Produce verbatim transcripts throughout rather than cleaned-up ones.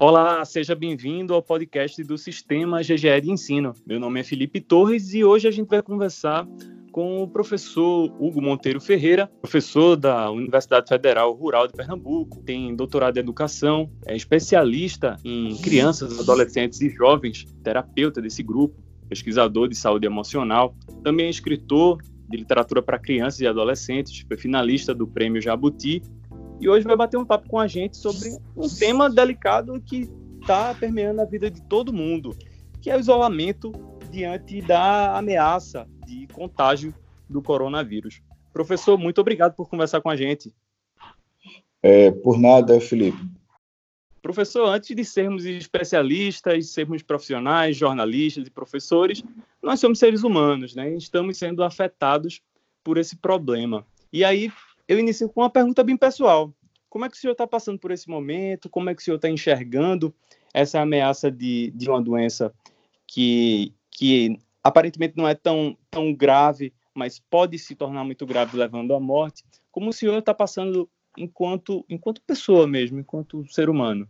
Olá, seja bem-vindo ao podcast do Sistema G G E de Ensino. Meu nome é Felipe Torres e hoje a gente vai conversar com o professor Hugo Monteiro Ferreira, professor da Universidade Federal Rural de Pernambuco, tem doutorado em educação, é especialista em crianças, adolescentes e jovens, terapeuta desse grupo, pesquisador de saúde emocional, também é escritor de literatura para crianças e adolescentes, foi finalista do Prêmio Jabuti, e hoje vai bater um papo com a gente sobre um tema delicado que está permeando a vida de todo mundo, que é o isolamento diante da ameaça de contágio do coronavírus. Professor, muito obrigado por conversar com a gente. É, por nada, Felipe. Professor, antes de sermos especialistas, sermos profissionais, jornalistas e professores, nós somos seres humanos, né? Estamos sendo afetados por esse problema. E aí, eu inicio com uma pergunta bem pessoal. Como é que o senhor está passando por esse momento? Como é que o senhor está enxergando essa ameaça de, de uma doença que, que aparentemente não é tão, tão grave, mas pode se tornar muito grave, levando à morte? Como o senhor está passando enquanto, enquanto pessoa mesmo, enquanto ser humano?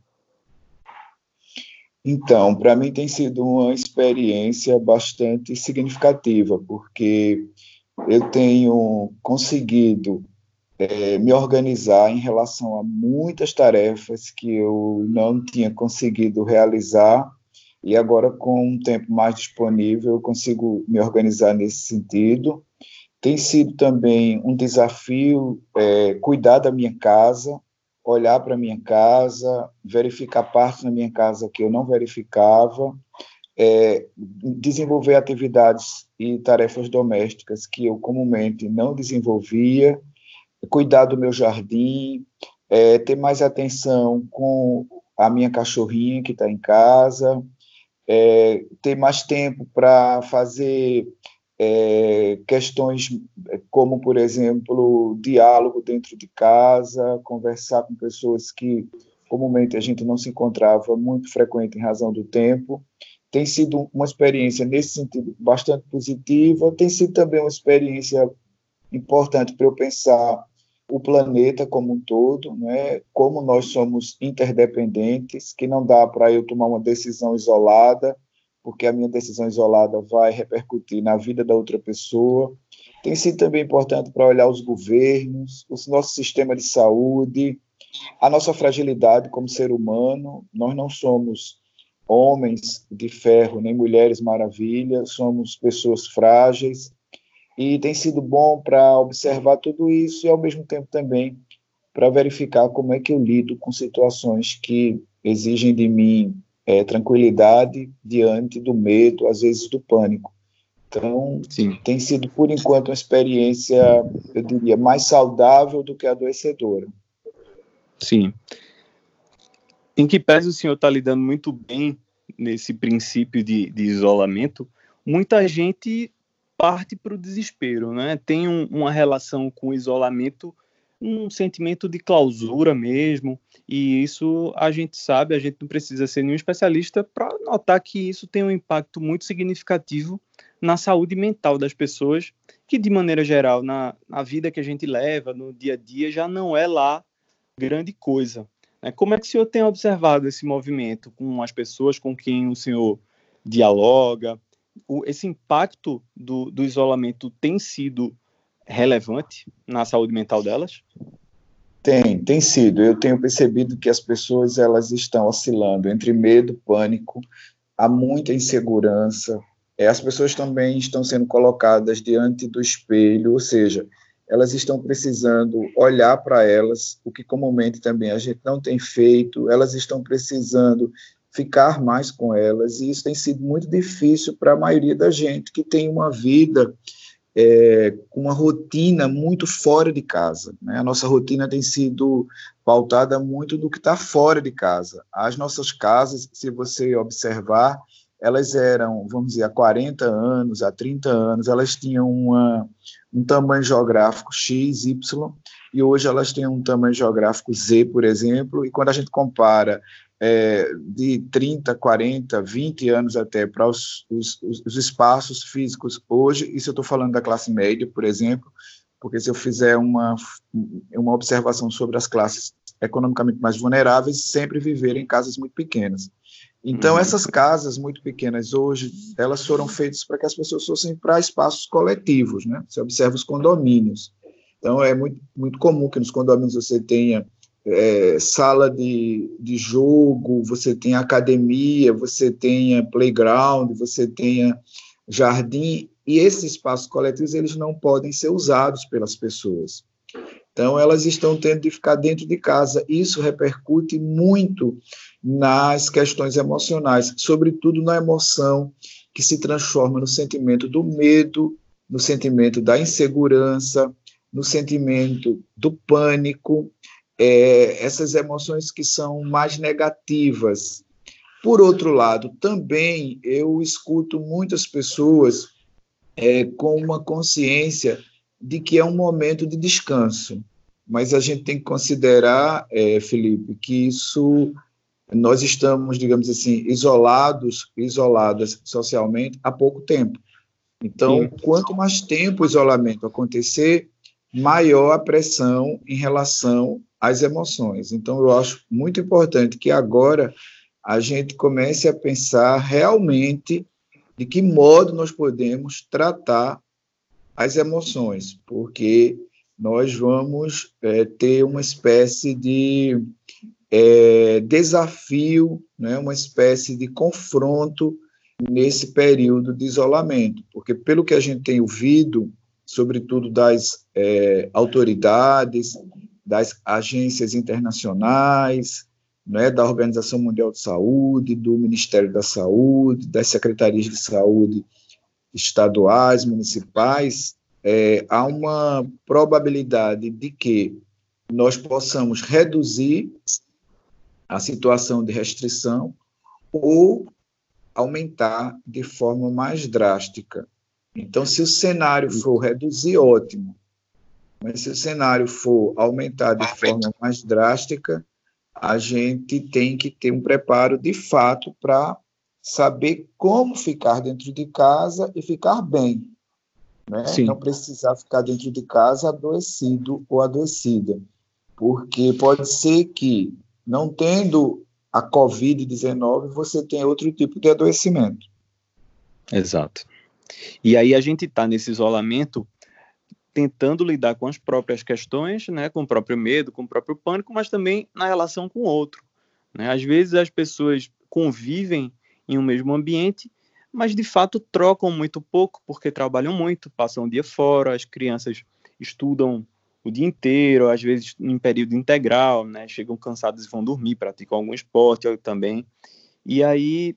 Então, para mim tem sido uma experiência bastante significativa, porque eu tenho conseguido é, me organizar em relação a muitas tarefas que eu não tinha conseguido realizar, e agora, com um tempo mais disponível, eu consigo me organizar nesse sentido. Tem sido também um desafio é, cuidar da minha casa, olhar para a minha casa, verificar partes na minha casa que eu não verificava, é, desenvolver atividades e tarefas domésticas que eu comumente não desenvolvia, cuidar do meu jardim, é, ter mais atenção com a minha cachorrinha que está em casa, é, ter mais tempo para fazer é, questões como, por exemplo, diálogo dentro de casa, conversar com pessoas que comumente a gente não se encontrava muito frequente em razão do tempo. Tem sido uma experiência, nesse sentido, bastante positiva. Tem sido também uma experiência importante para eu pensar o planeta como um todo, né? Como nós somos interdependentes, que não dá para eu tomar uma decisão isolada, porque a minha decisão isolada vai repercutir na vida da outra pessoa. Tem sido também importante para olhar os governos, o nosso sistema de saúde, a nossa fragilidade como ser humano. Nós não somos homens de ferro, nem mulheres maravilha, somos pessoas frágeis, e tem sido bom para observar tudo isso e, ao mesmo tempo, também para verificar como é que eu lido com situações que exigem de mim é, tranquilidade diante do medo, às vezes do pânico. Então, Sim. tem sido, por enquanto, uma experiência, eu diria, mais saudável do que adoecedora. Sim. Em que pese o senhor está lidando muito bem nesse princípio de, de isolamento, muita gente parte para o desespero, né? Tem um, uma relação com o isolamento, um sentimento de clausura mesmo, e isso a gente sabe, a gente não precisa ser nenhum especialista para notar que isso tem um impacto muito significativo na saúde mental das pessoas, que de maneira geral, na, na vida que a gente leva, no dia a dia, já não é lá grande coisa. Né? Como é que o senhor tem observado esse movimento com as pessoas com quem o senhor dialoga? O, esse impacto do, do isolamento tem sido relevante na saúde mental delas? Tem, tem sido. Eu tenho percebido que as pessoas elas estão oscilando entre medo, pânico, há muita insegurança. É, as pessoas também estão sendo colocadas diante do espelho, ou seja, elas estão precisando olhar para elas, o que comumente também a gente não tem feito, elas estão precisando ficar mais com elas, e isso tem sido muito difícil para a maioria da gente que tem uma vida é, com uma rotina muito fora de casa, né? A nossa rotina tem sido pautada muito no que está fora de casa. As nossas casas, se você observar, elas eram, vamos dizer, há quarenta anos, há trinta anos, elas tinham uma, um tamanho geográfico X, Y, e hoje elas têm um tamanho geográfico Z, por exemplo, e quando a gente compara é, de trinta, quarenta, vinte anos até para os, os, os espaços físicos hoje, isso eu estou falando da classe média, por exemplo, porque se eu fizer uma, uma observação sobre as classes economicamente mais vulneráveis sempre viveram em casas muito pequenas. Então, uhum. essas casas muito pequenas hoje, elas foram feitas para que as pessoas fossem para espaços coletivos, né? Você observa os condomínios. Então, é muito, muito comum que nos condomínios você tenha é, sala de, de jogo, você tenha academia, você tenha playground, você tenha jardim, e esses espaços coletivos eles não podem ser usados pelas pessoas. Então, elas estão tendo de ficar dentro de casa. Isso repercute muito nas questões emocionais, sobretudo na emoção que se transforma no sentimento do medo, no sentimento da insegurança, no sentimento do pânico, é, essas emoções que são mais negativas. Por outro lado, também eu escuto muitas pessoas é, com uma consciência de que é um momento de descanso, mas a gente tem que considerar, é, Felipe, que isso, nós estamos, digamos assim, isolados, isoladas socialmente há pouco tempo. Então, Sim. quanto mais tempo o isolamento acontecer, maior a pressão em relação às emoções. Então, eu acho muito importante que agora a gente comece a pensar realmente de que modo nós podemos tratar as emoções, porque nós vamos é, ter uma espécie de é, desafio, né, uma espécie de confronto nesse período de isolamento, porque pelo que a gente tem ouvido, sobretudo das é, autoridades, das agências internacionais, né, da Organização Mundial de Saúde, do Ministério da Saúde, das secretarias de saúde estaduais, municipais, é, há uma probabilidade de que nós possamos reduzir a situação de restrição ou aumentar de forma mais drástica. Então, se o cenário for reduzir, ótimo, mas se o cenário for aumentar de forma mais drástica, a gente tem que ter um preparo de fato para saber como ficar dentro de casa e ficar bem, né? Não precisar ficar dentro de casa adoecido ou adoecida, porque pode ser que, não tendo a covid dezenove, você tenha outro tipo de adoecimento. Exato. E aí a gente está nesse isolamento tentando lidar com as próprias questões, né, com o próprio medo, com o próprio pânico, mas também na relação com o outro, né? Às vezes as pessoas convivem em um mesmo ambiente, mas de fato trocam muito pouco, porque trabalham muito, passam o dia fora, as crianças estudam o dia inteiro, às vezes em período integral, né? Chegam cansados e vão dormir, praticam algum esporte também. E aí,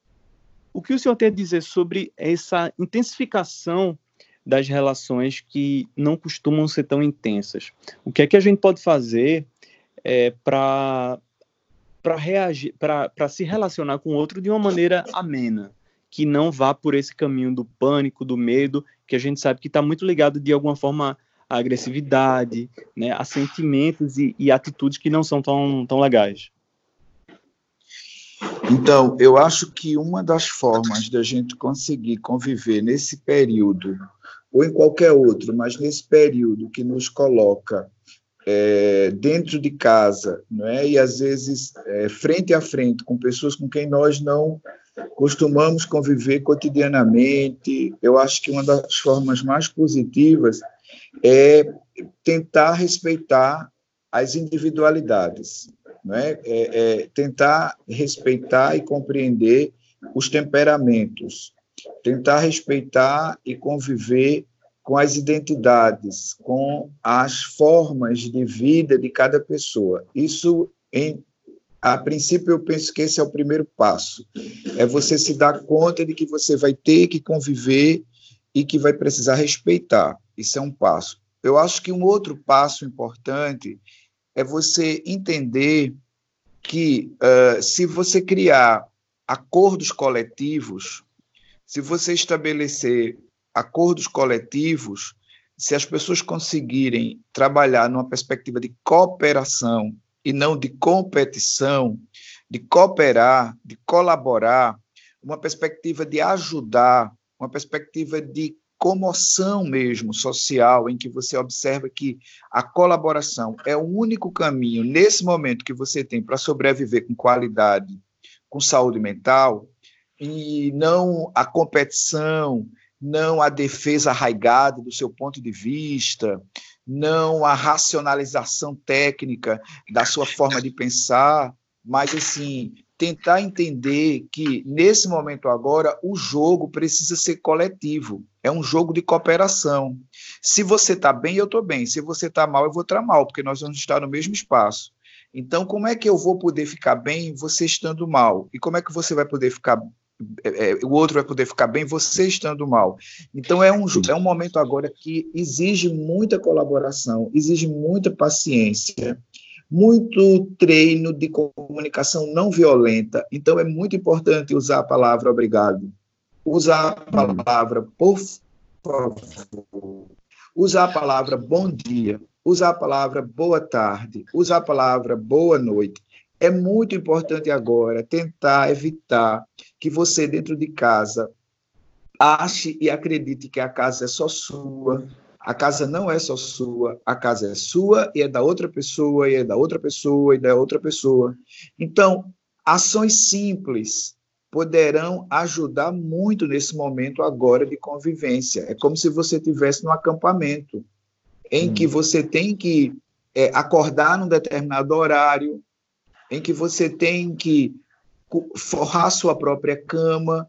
o que o senhor tem a dizer sobre essa intensificação das relações que não costumam ser tão intensas? O que é que a gente pode fazer é, para para reagir, para se relacionar com o outro de uma maneira amena, que não vá por esse caminho do pânico, do medo, que a gente sabe que está muito ligado de alguma forma à agressividade, né, a sentimentos e, e atitudes que não são tão, tão legais? Então, eu acho que uma das formas da gente conseguir conviver nesse período, ou em qualquer outro, mas nesse período que nos coloca É, dentro de casa, não é? E às vezes é, frente a frente com pessoas com quem nós não costumamos conviver cotidianamente, eu acho que uma das formas mais positivas é tentar respeitar as individualidades, não é? É, é tentar respeitar e compreender os temperamentos, tentar respeitar e conviver com as identidades, com as formas de vida de cada pessoa. Isso, em, a princípio, eu penso que esse é o primeiro passo. É você se dar conta de que você vai ter que conviver e que vai precisar respeitar. Isso é um passo. Eu acho que um outro passo importante é você entender que, uh, se você criar acordos coletivos, se você estabelecer acordos coletivos, se as pessoas conseguirem trabalhar numa perspectiva de cooperação e não de competição, de cooperar, de colaborar, uma perspectiva de ajudar, uma perspectiva de comoção mesmo social, em que você observa que a colaboração é o único caminho, nesse momento, que você tem para sobreviver com qualidade, com saúde mental, e não a competição, não a defesa arraigada do seu ponto de vista, não a racionalização técnica da sua forma de pensar, mas, assim, tentar entender que, nesse momento agora, o jogo precisa ser coletivo, é um jogo de cooperação. Se você está bem, eu estou bem, se você está mal, eu vou estar mal, porque nós vamos estar no mesmo espaço. Então, como é que eu vou poder ficar bem você estando mal? E como é que você vai poder ficar É, o outro vai poder ficar bem, você estando mal. Então, é um, é um momento agora que exige muita colaboração, exige muita paciência, muito treino de comunicação não violenta. Então, é muito importante usar a palavra obrigado, usar a palavra por favor, usar a palavra bom dia, usar a palavra boa tarde, usar a palavra boa noite. É muito importante agora tentar evitar que você, dentro de casa, ache e acredite que a casa é só sua. A casa não é só sua, a casa é sua e é da outra pessoa, e é da outra pessoa, e da outra pessoa. Então, ações simples poderão ajudar muito nesse momento agora de convivência. É como se você estivesse num acampamento, em hum. que você tem que é, acordar num determinado horário, em que você tem que forrar sua própria cama,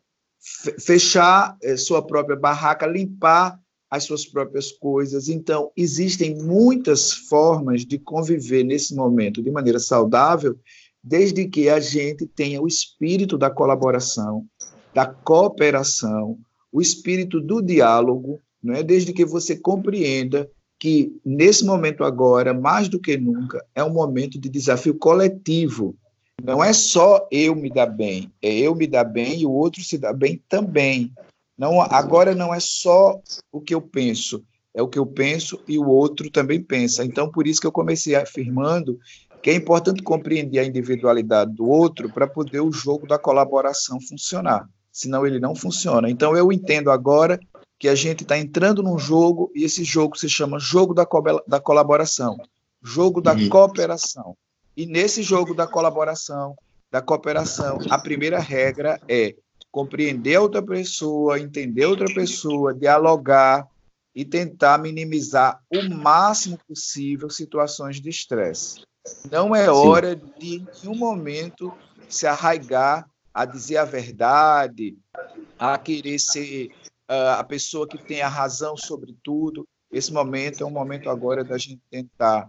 fechar eh, sua própria barraca, limpar as suas próprias coisas. Então, existem muitas formas de conviver nesse momento de maneira saudável, desde que a gente tenha o espírito da colaboração, da cooperação, o espírito do diálogo, né? Desde que você compreenda que, nesse momento agora, mais do que nunca, é um momento de desafio coletivo. Não é só eu me dar bem, é eu me dar bem e o outro se dar bem também. Não, agora não é só o que eu penso, é o que eu penso e o outro também pensa. Então, por isso que eu comecei afirmando que é importante compreender a individualidade do outro para poder o jogo da colaboração funcionar, senão ele não funciona. Então, eu entendo agora que a gente está entrando num jogo e esse jogo se chama jogo da, co da colaboração, jogo da uhum. cooperação. E nesse jogo da colaboração, da cooperação, a primeira regra é compreender a outra pessoa, entender a outra pessoa, dialogar e tentar minimizar o máximo possível situações de estresse. Não é hora Sim. de, em nenhum momento, se arraigar a dizer a verdade, a querer ser uh, a pessoa que tem a razão sobre tudo. Esse momento é um momento agora da gente tentar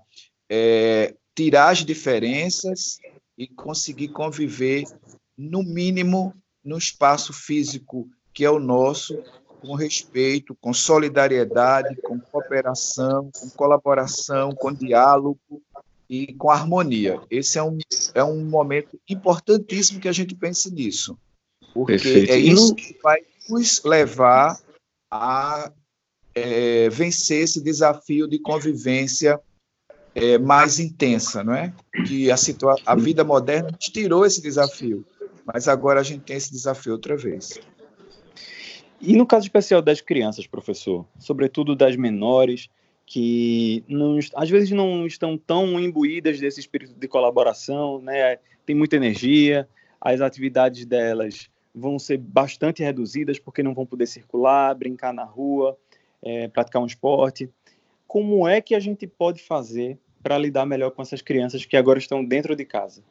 é, tirar as diferenças e conseguir conviver, no mínimo, no espaço físico que é o nosso, com respeito, com solidariedade, com cooperação, com colaboração, com diálogo e com harmonia. Esse é um, é um momento importantíssimo que a gente pense nisso, porque Perfeito. é isso que vai nos levar a é, vencer esse desafio de convivência é, mais intensa, não é? Que a, situa a vida moderna nos tirou esse desafio, mas agora a gente tem esse desafio outra vez. E no caso especial das crianças, professor, sobretudo das menores, que não, às vezes não estão tão imbuídas desse espírito de colaboração, né? Tem muita energia, as atividades delas vão ser bastante reduzidas porque não vão poder circular, brincar na rua, é, praticar um esporte. Como é que a gente pode fazer para lidar melhor com essas crianças que agora estão dentro de casa?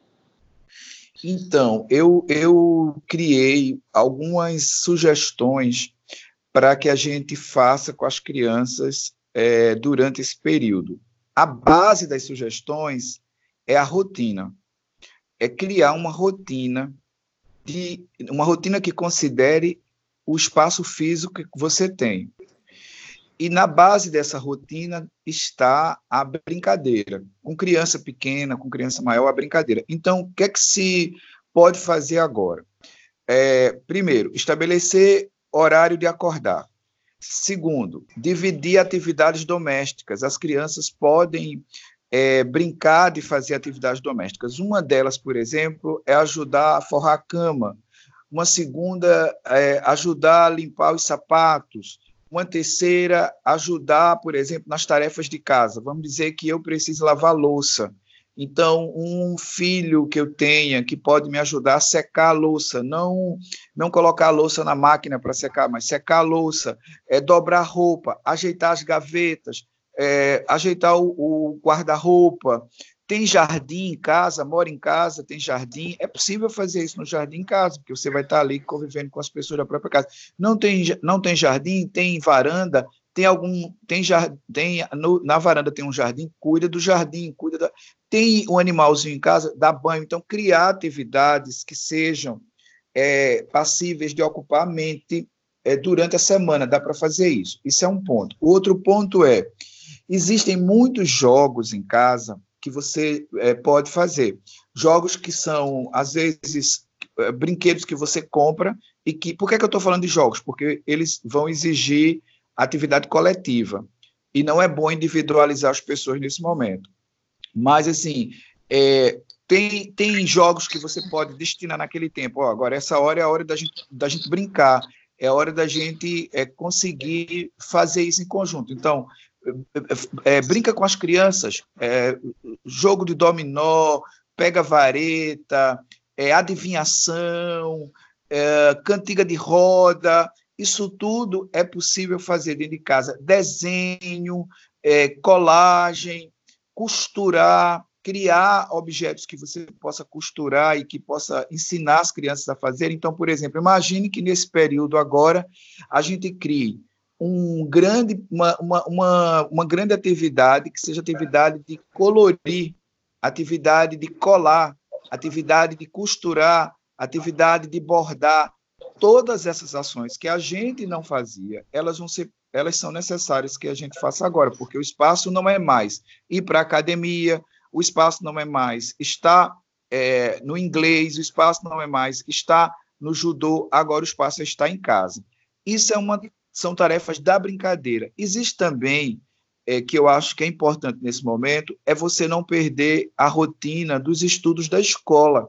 Então, eu, eu criei algumas sugestões para que a gente faça com as crianças é, durante esse período. A base das sugestões é a rotina. É criar uma rotina, de, uma rotina que considere o espaço físico que você tem. E na base dessa rotina está a brincadeira. Com criança pequena, com criança maior, a brincadeira. Então, o que é que se pode fazer agora? É, primeiro, estabelecer horário de acordar. Segundo, dividir atividades domésticas. As crianças podem é, brincar de fazer atividades domésticas. Uma delas, por exemplo, é ajudar a forrar a cama. Uma segunda é ajudar a limpar os sapatos. Uma terceira, ajudar, por exemplo, nas tarefas de casa. Vamos dizer que eu preciso lavar louça. Então, um filho que eu tenha que pode me ajudar a secar a louça, não, não colocar a louça na máquina para secar, mas secar a louça, é, dobrar roupa, ajeitar as gavetas, é, ajeitar o, o guarda-roupa. Tem jardim em casa, mora em casa, tem jardim. É possível fazer isso no jardim em casa, porque você vai estar ali convivendo com as pessoas da própria casa. Não tem, não tem jardim, tem varanda, tem algum, tem jardim, no, na varanda tem um jardim, cuida do jardim, cuida da, tem um animalzinho em casa, dá banho. Então, criar atividades que sejam é, passíveis de ocupar a mente é, durante a semana, dá para fazer isso. Isso é um ponto. O outro ponto é, existem muitos jogos em casa que você é, pode fazer. Jogos que são, às vezes, é, brinquedos que você compra e que... Por que, que eu estou falando de jogos? Porque eles vão exigir atividade coletiva e não é bom individualizar as pessoas nesse momento. Mas, assim, é, tem, tem jogos que você pode destinar naquele tempo. Ó, agora, essa hora é a hora da gente, da gente brincar, é a hora da gente é, conseguir fazer isso em conjunto. Então, É, brinca com as crianças, é, jogo de dominó, pega vareta, é, adivinhação, é, cantiga de roda, isso tudo é possível fazer dentro de casa. Desenho, é, colagem, costurar, criar objetos que você possa costurar e que possa ensinar as crianças a fazer. Então, por exemplo, imagine que nesse período agora a gente crie um grande, uma, uma, uma, uma grande atividade, que seja atividade de colorir, atividade de colar, atividade de costurar, atividade de bordar. Todas essas ações que a gente não fazia, elas vão ser, elas são necessárias que a gente faça agora, porque o espaço não é mais ir para a academia, o espaço não é mais estar é, no inglês, o espaço não é mais estar no judô, agora o espaço é estar em casa. Isso é uma são tarefas da brincadeira. Existe também, é, que eu acho que é importante nesse momento, é você não perder a rotina dos estudos da escola.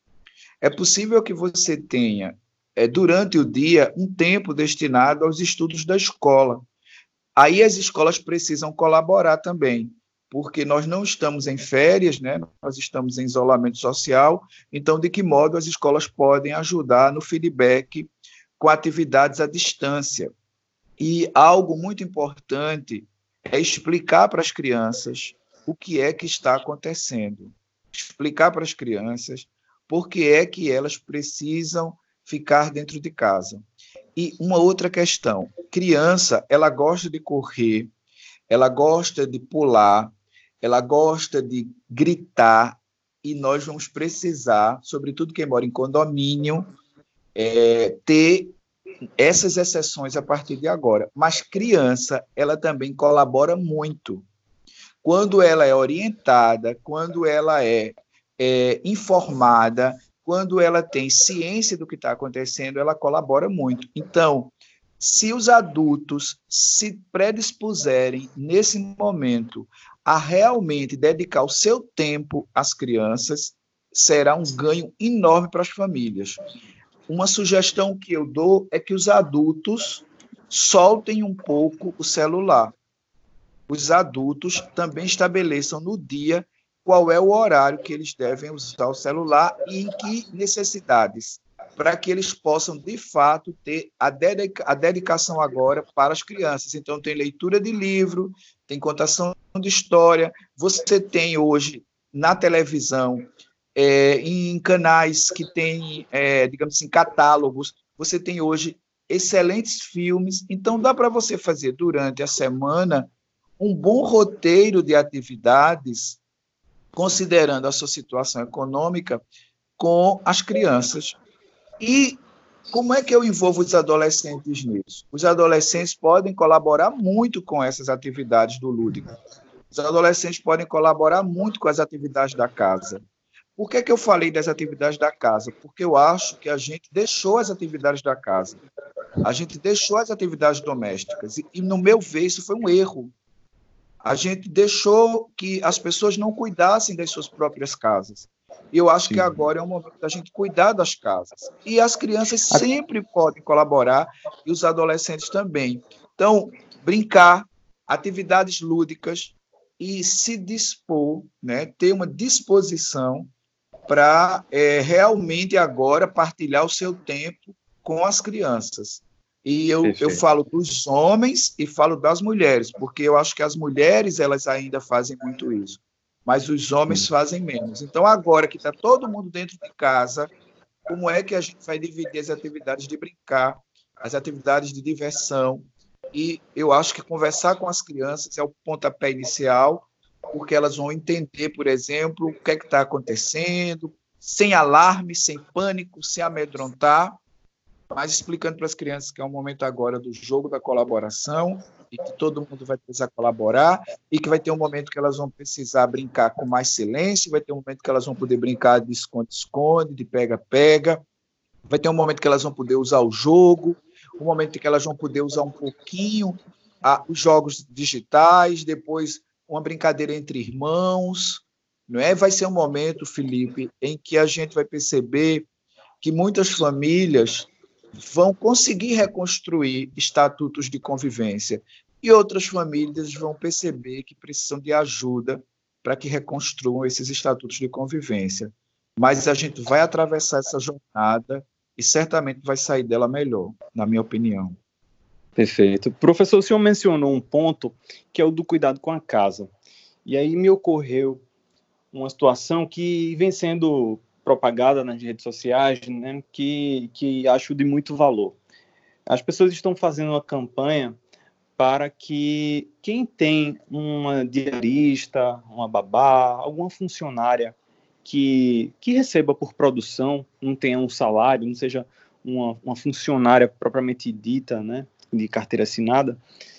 É possível que você tenha, é, durante o dia, um tempo destinado aos estudos da escola. Aí as escolas precisam colaborar também, porque nós não estamos em férias, né? Nós estamos em isolamento social, então, de que modo as escolas podem ajudar no feedback com atividades à distância? E algo muito importante é explicar para as crianças o que é que está acontecendo. Explicar para as crianças por que é que elas precisam ficar dentro de casa. E uma outra questão, criança, ela gosta de correr, ela gosta de pular, ela gosta de gritar, e nós vamos precisar, sobretudo quem mora em condomínio, é, ter essas exceções a partir de agora. Mas criança, ela também colabora muito. Quando ela é orientada, quando ela é, é informada, quando ela tem ciência do que está acontecendo, ela colabora muito. Então, se os adultos se predispuserem nesse momento a realmente dedicar o seu tempo às crianças, será um ganho enorme para as famílias. Uma sugestão que eu dou é que os adultos soltem um pouco o celular. Os adultos também estabeleçam no dia qual é o horário que eles devem usar o celular e em que necessidades, para que eles possam, de fato, ter a, dedica- a dedicação agora para as crianças. Então, tem leitura de livro, tem contação de história, você tem hoje na televisão, É, em canais que têm, é, digamos assim, catálogos, você tem hoje excelentes filmes, então dá para você fazer durante a semana um bom roteiro de atividades, considerando a sua situação econômica, com as crianças. E como é que eu envolvo os adolescentes nisso? Os adolescentes podem colaborar muito com essas atividades do lúdico. Os adolescentes podem colaborar muito com as atividades da casa. Por que que eu falei das atividades da casa? Porque eu acho que a gente deixou as atividades da casa, a gente deixou as atividades domésticas, e, e no meu ver, isso foi um erro. A gente deixou que as pessoas não cuidassem das suas próprias casas. E eu acho Sim. que agora é o momento da gente cuidar das casas. E as crianças sempre podem colaborar, e os adolescentes também. Então, brincar, atividades lúdicas e se dispor, né, ter uma disposição para é, realmente agora partilhar o seu tempo com as crianças. E eu, eu falo dos homens e falo das mulheres, porque eu acho que as mulheres elas ainda fazem muito isso, mas os homens fazem menos. Então, agora que está todo mundo dentro de casa, como é que a gente vai dividir as atividades de brincar, as atividades de diversão? E eu acho que conversar com as crianças é o pontapé inicial, porque elas vão entender, por exemplo, o que é que está acontecendo, sem alarme, sem pânico, sem amedrontar, mas explicando para as crianças que é o momento agora do jogo da colaboração e que todo mundo vai precisar colaborar e que vai ter um momento que elas vão precisar brincar com mais silêncio, vai ter um momento que elas vão poder brincar de esconde-esconde, de pega-pega, vai ter um momento que elas vão poder usar o jogo, um momento em que elas vão poder usar um pouquinho ah, os jogos digitais, depois uma brincadeira entre irmãos, não é? Vai ser um momento, Felipe, em que a gente vai perceber que muitas famílias vão conseguir reconstruir estatutos de convivência e outras famílias vão perceber que precisam de ajuda para que reconstruam esses estatutos de convivência. Mas a gente vai atravessar essa jornada e certamente vai sair dela melhor, na minha opinião. Perfeito. Professor, o senhor mencionou um ponto que é o do cuidado com a casa. E aí me ocorreu uma situação que vem sendo propagada nas redes sociais, né, que, que acho de muito valor. As pessoas estão fazendo uma campanha para que quem tem uma diarista, uma babá, alguma funcionária que, que receba por produção, não tenha um salário, não seja uma, uma funcionária propriamente dita, né, de carteira assinada,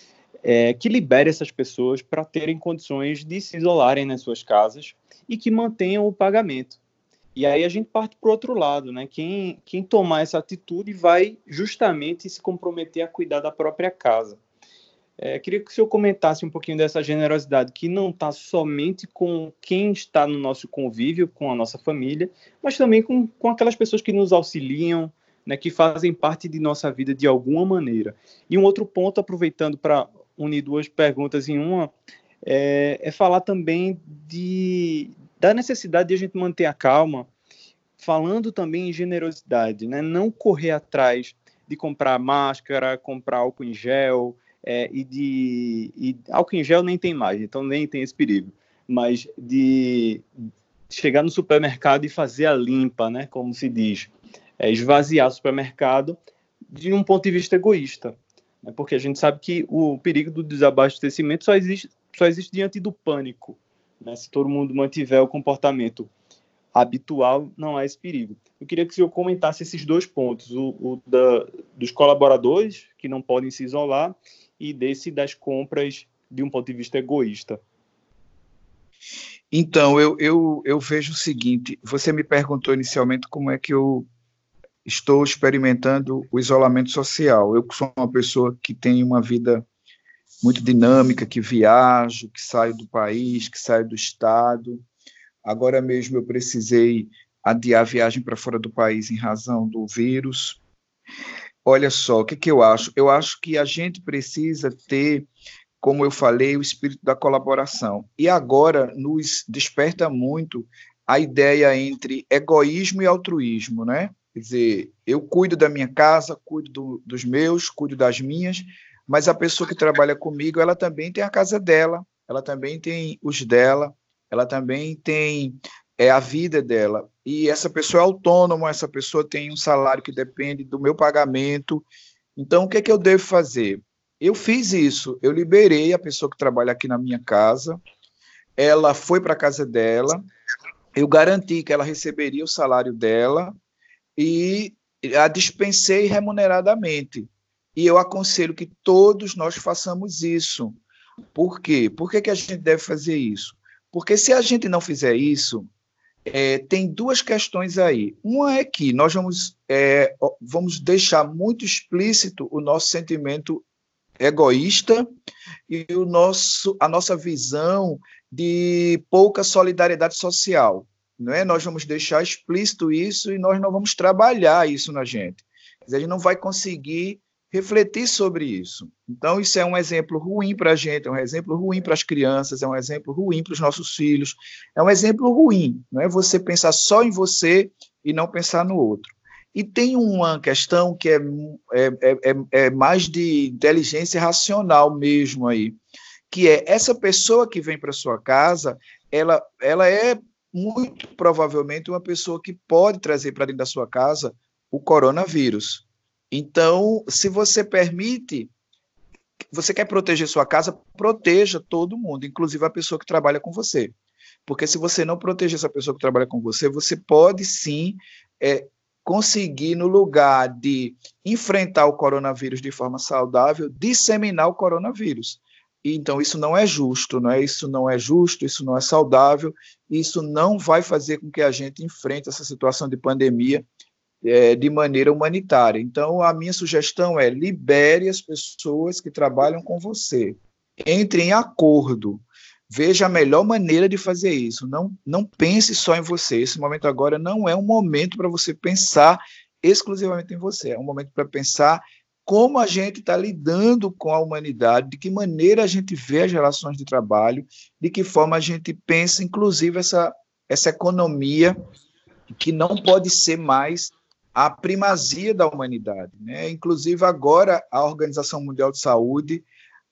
é, que libere essas pessoas para terem condições de se isolarem nas suas casas e que mantenham o pagamento. E aí a gente parte para o outro lado, né? Quem, quem tomar essa atitude vai justamente se comprometer a cuidar da própria casa. É, queria que o senhor comentasse um pouquinho dessa generosidade, que não está somente com quem está no nosso convívio, com a nossa família, mas também com, com aquelas pessoas que nos auxiliam, né, que fazem parte de nossa vida de alguma maneira. E um outro ponto, aproveitando para unir duas perguntas em uma, é, é falar também de... da necessidade de a gente manter a calma, falando também em generosidade, né? Não correr atrás de comprar máscara, comprar álcool em gel, é, e de... E álcool em gel nem tem mais, então nem tem esse perigo, mas de chegar no supermercado e fazer a limpa, né? Como se diz, é, esvaziar o supermercado de um ponto de vista egoísta, né? Porque a gente sabe que o perigo do desabastecimento só existe, só existe diante do pânico. Né? Se todo mundo mantiver o comportamento habitual, não há esse perigo. Eu queria que o senhor comentasse esses dois pontos, o, o da, dos colaboradores, que não podem se isolar, e desse das compras de um ponto de vista egoísta. Então, eu, eu, eu vejo o seguinte, você me perguntou inicialmente como é que eu estou experimentando o isolamento social. Eu sou uma pessoa que tem uma vida muito dinâmica, que viajo, que saio do país, que saio do estado. Agora mesmo eu precisei adiar a viagem para fora do país em razão do vírus. Olha só, o que, que eu acho? Eu acho que a gente precisa ter, como eu falei, o espírito da colaboração. E agora nos desperta muito a ideia entre egoísmo e altruísmo, né? Quer dizer, eu cuido da minha casa, cuido do, dos meus, cuido das minhas, mas a pessoa que trabalha comigo, ela também tem a casa dela, ela também tem os dela, ela também tem é, a vida dela. E essa pessoa é autônoma, essa pessoa tem um salário que depende do meu pagamento. Então, o que é que eu devo fazer? Eu fiz isso, eu liberei a pessoa que trabalha aqui na minha casa, ela foi para a casa dela, eu garanti que ela receberia o salário dela e a dispensei remuneradamente. E eu aconselho que todos nós façamos isso. Por quê? Por que, que a gente deve fazer isso? Porque se a gente não fizer isso, é, tem duas questões aí. Uma é que nós vamos, é, vamos deixar muito explícito o nosso sentimento egoísta e o nosso, a nossa visão de pouca solidariedade social. Não é? Nós vamos deixar explícito isso e nós não vamos trabalhar isso na gente. A gente não vai conseguir refletir sobre isso. Então, isso é um exemplo ruim para a gente, é um exemplo ruim para as crianças, é um exemplo ruim para os nossos filhos, é um exemplo ruim, não é você pensar só em você e não pensar no outro. E tem uma questão que é, é, é, é mais de inteligência racional mesmo aí, que é essa pessoa que vem para sua casa, ela, ela é muito provavelmente uma pessoa que pode trazer para dentro da sua casa o coronavírus. Então, se você permite, você quer proteger sua casa, proteja todo mundo, inclusive a pessoa que trabalha com você. Porque se você não proteger essa pessoa que trabalha com você, você pode sim é, conseguir, no lugar de enfrentar o coronavírus de forma saudável, disseminar o coronavírus. E, então, isso não é justo, não é? Isso não é justo, isso não é saudável, isso não vai fazer com que a gente enfrente essa situação de pandemia é, de maneira humanitária. Então, a minha sugestão é libere as pessoas que trabalham com você, entre em acordo, veja a melhor maneira de fazer isso, não, não pense só em você, esse momento agora não é um momento para você pensar exclusivamente em você, é um momento para pensar como a gente está lidando com a humanidade, de que maneira a gente vê as relações de trabalho, de que forma a gente pensa, inclusive, essa, essa economia que não pode ser mais a primazia da humanidade, né? Inclusive, agora, a Organização Mundial de Saúde,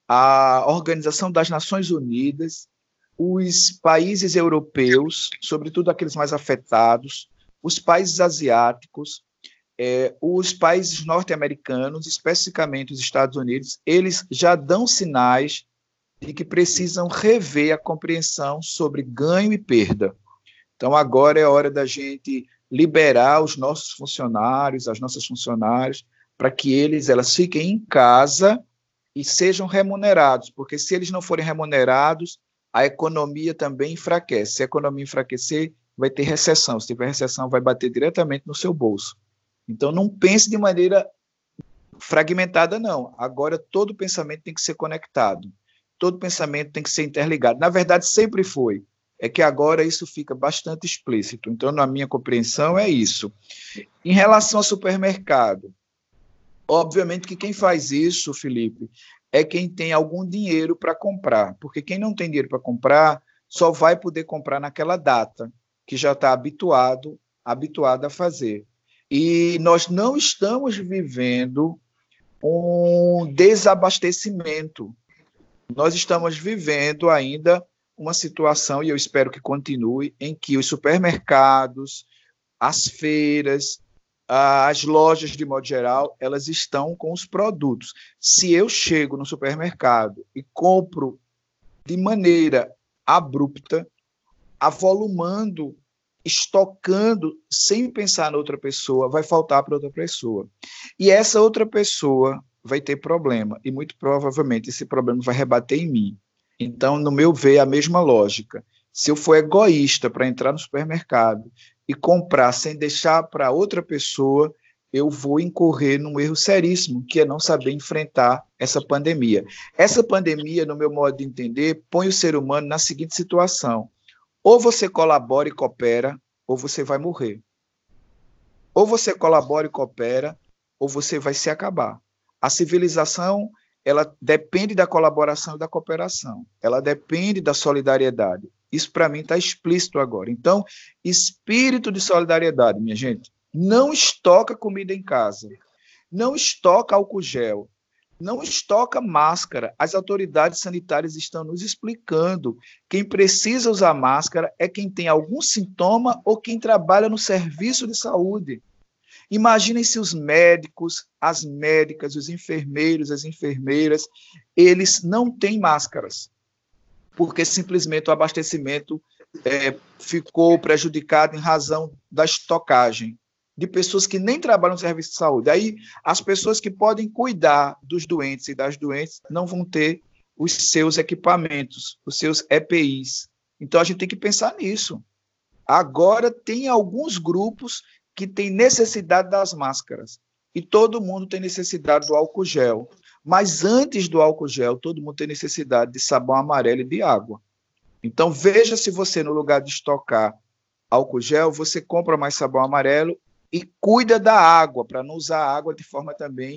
a Organização das Nações Unidas, os países europeus, sobretudo aqueles mais afetados, os países asiáticos, é, os países norte-americanos, especificamente os Estados Unidos, eles já dão sinais de que precisam rever a compreensão sobre ganho e perda. Então, agora é hora da gente liberar os nossos funcionários, as nossas funcionárias, para que eles, elas fiquem em casa e sejam remunerados, porque se eles não forem remunerados, a economia também enfraquece. Se a economia enfraquecer, vai ter recessão. Se tiver recessão, vai bater diretamente no seu bolso. Então, não pense de maneira fragmentada, não. Agora, todo pensamento tem que ser conectado. Todo pensamento tem que ser interligado. Na verdade, sempre foi. É que agora isso fica bastante explícito. Então, na minha compreensão, é isso. Em relação ao supermercado, obviamente que quem faz isso, Felipe, é quem tem algum dinheiro para comprar. Porque quem não tem dinheiro para comprar, só vai poder comprar naquela data, que já está habituado, habituado a fazer. E nós não estamos vivendo um desabastecimento. Nós estamos vivendo ainda uma situação, e eu espero que continue, em que os supermercados, as feiras, as lojas, de modo geral, elas estão com os produtos. Se eu chego no supermercado e compro de maneira abrupta, avolumando, estocando, sem pensar na outra pessoa, vai faltar para outra pessoa. E essa outra pessoa vai ter problema, e muito provavelmente esse problema vai rebater em mim. Então, no meu ver, é a mesma lógica. Se eu for egoísta para entrar no supermercado e comprar sem deixar para outra pessoa, eu vou incorrer num erro seríssimo, que é não saber enfrentar essa pandemia. Essa pandemia, no meu modo de entender, põe o ser humano na seguinte situação: ou você colabora e coopera, ou você vai morrer. Ou você colabora e coopera, ou você vai se acabar. A civilização, ela depende da colaboração e da cooperação. Ela depende da solidariedade. Isso, para mim, está explícito agora. Então, espírito de solidariedade, minha gente. Não estoca comida em casa. Não estoca álcool gel. Não estoca máscara. As autoridades sanitárias estão nos explicando. Quem precisa usar máscara é quem tem algum sintoma ou quem trabalha no serviço de saúde. Imaginem se os médicos, as médicas, os enfermeiros, as enfermeiras, eles não têm máscaras, porque simplesmente o abastecimento é, ficou prejudicado em razão da estocagem de pessoas que nem trabalham no serviço de saúde. Aí, as pessoas que podem cuidar dos doentes e das doentes não vão ter os seus equipamentos, os seus E P Is. Então, a gente tem que pensar nisso. Agora, tem alguns grupos que têm necessidade das máscaras, e todo mundo tem necessidade do álcool gel. Mas antes do álcool gel, todo mundo tem necessidade de sabão amarelo e de água. Então, veja se você, no lugar de estocar álcool gel, você compra mais sabão amarelo e cuida da água, para não usar a água de forma também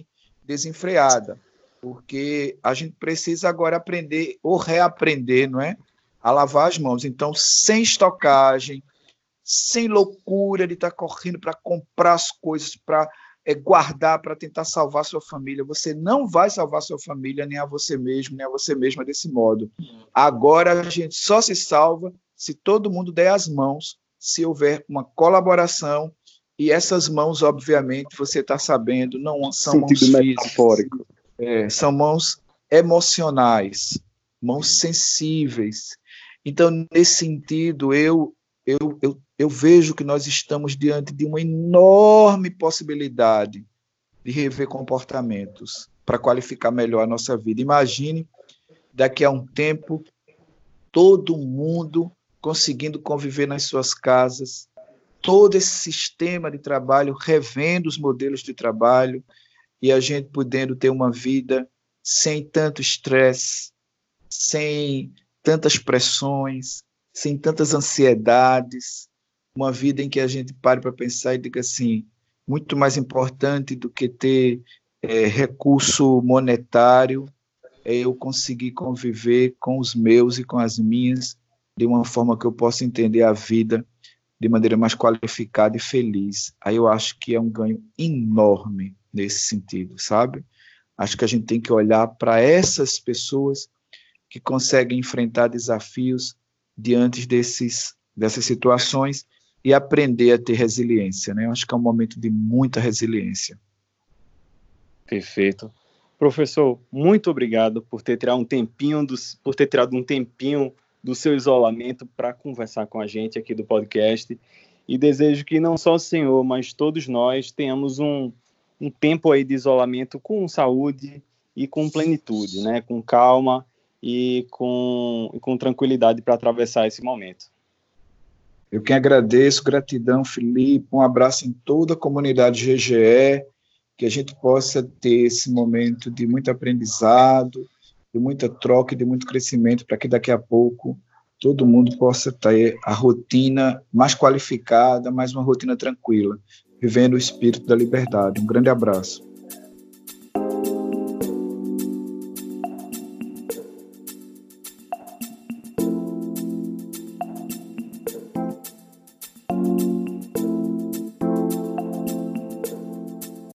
desenfreada, porque a gente precisa agora aprender ou reaprender, não é? A lavar as mãos. Então, sem estocagem, sem loucura de estar correndo para comprar as coisas, para é, guardar, para tentar salvar sua família. Você não vai salvar sua família, nem a você mesmo, nem a você mesma desse modo. Agora a gente só se salva se todo mundo der as mãos, se houver uma colaboração. E essas mãos, obviamente, você está sabendo, não são mãos físicas, é, são mãos emocionais, mãos sensíveis. Então, nesse sentido, eu, eu, eu, eu vejo que nós estamos diante de uma enorme possibilidade de rever comportamentos para qualificar melhor a nossa vida. Imagine, daqui a um tempo, todo mundo conseguindo conviver nas suas casas, todo esse sistema de trabalho, revendo os modelos de trabalho, e a gente podendo ter uma vida sem tanto estresse, sem tantas pressões, sem tantas ansiedades, uma vida em que a gente pare para pensar e diga assim, muito mais importante do que ter é, recurso monetário, é eu conseguir conviver com os meus e com as minhas, de uma forma que eu possa entender a vida de maneira mais qualificada e feliz. Aí eu acho que é um ganho enorme nesse sentido, sabe? Acho que a gente tem que olhar para essas pessoas que conseguem enfrentar desafios diante desses, dessas situações e aprender a ter resiliência, né? Eu acho que é um momento de muita resiliência. Perfeito. Professor, muito obrigado por ter tirado um tempinho, do, por ter tirado um tempinho do seu isolamento para conversar com a gente aqui do podcast, e desejo que não só o senhor, mas todos nós tenhamos um, um tempo aí de isolamento com saúde e com plenitude, né? Com calma e com, e com tranquilidade para atravessar esse momento. Eu que agradeço, gratidão, Felipe, um abraço em toda a comunidade G G E, que a gente possa ter esse momento de muito aprendizado, de muita troca e de muito crescimento, para que daqui a pouco todo mundo possa ter a rotina mais qualificada, mais uma rotina tranquila, vivendo o espírito da liberdade. Um grande abraço.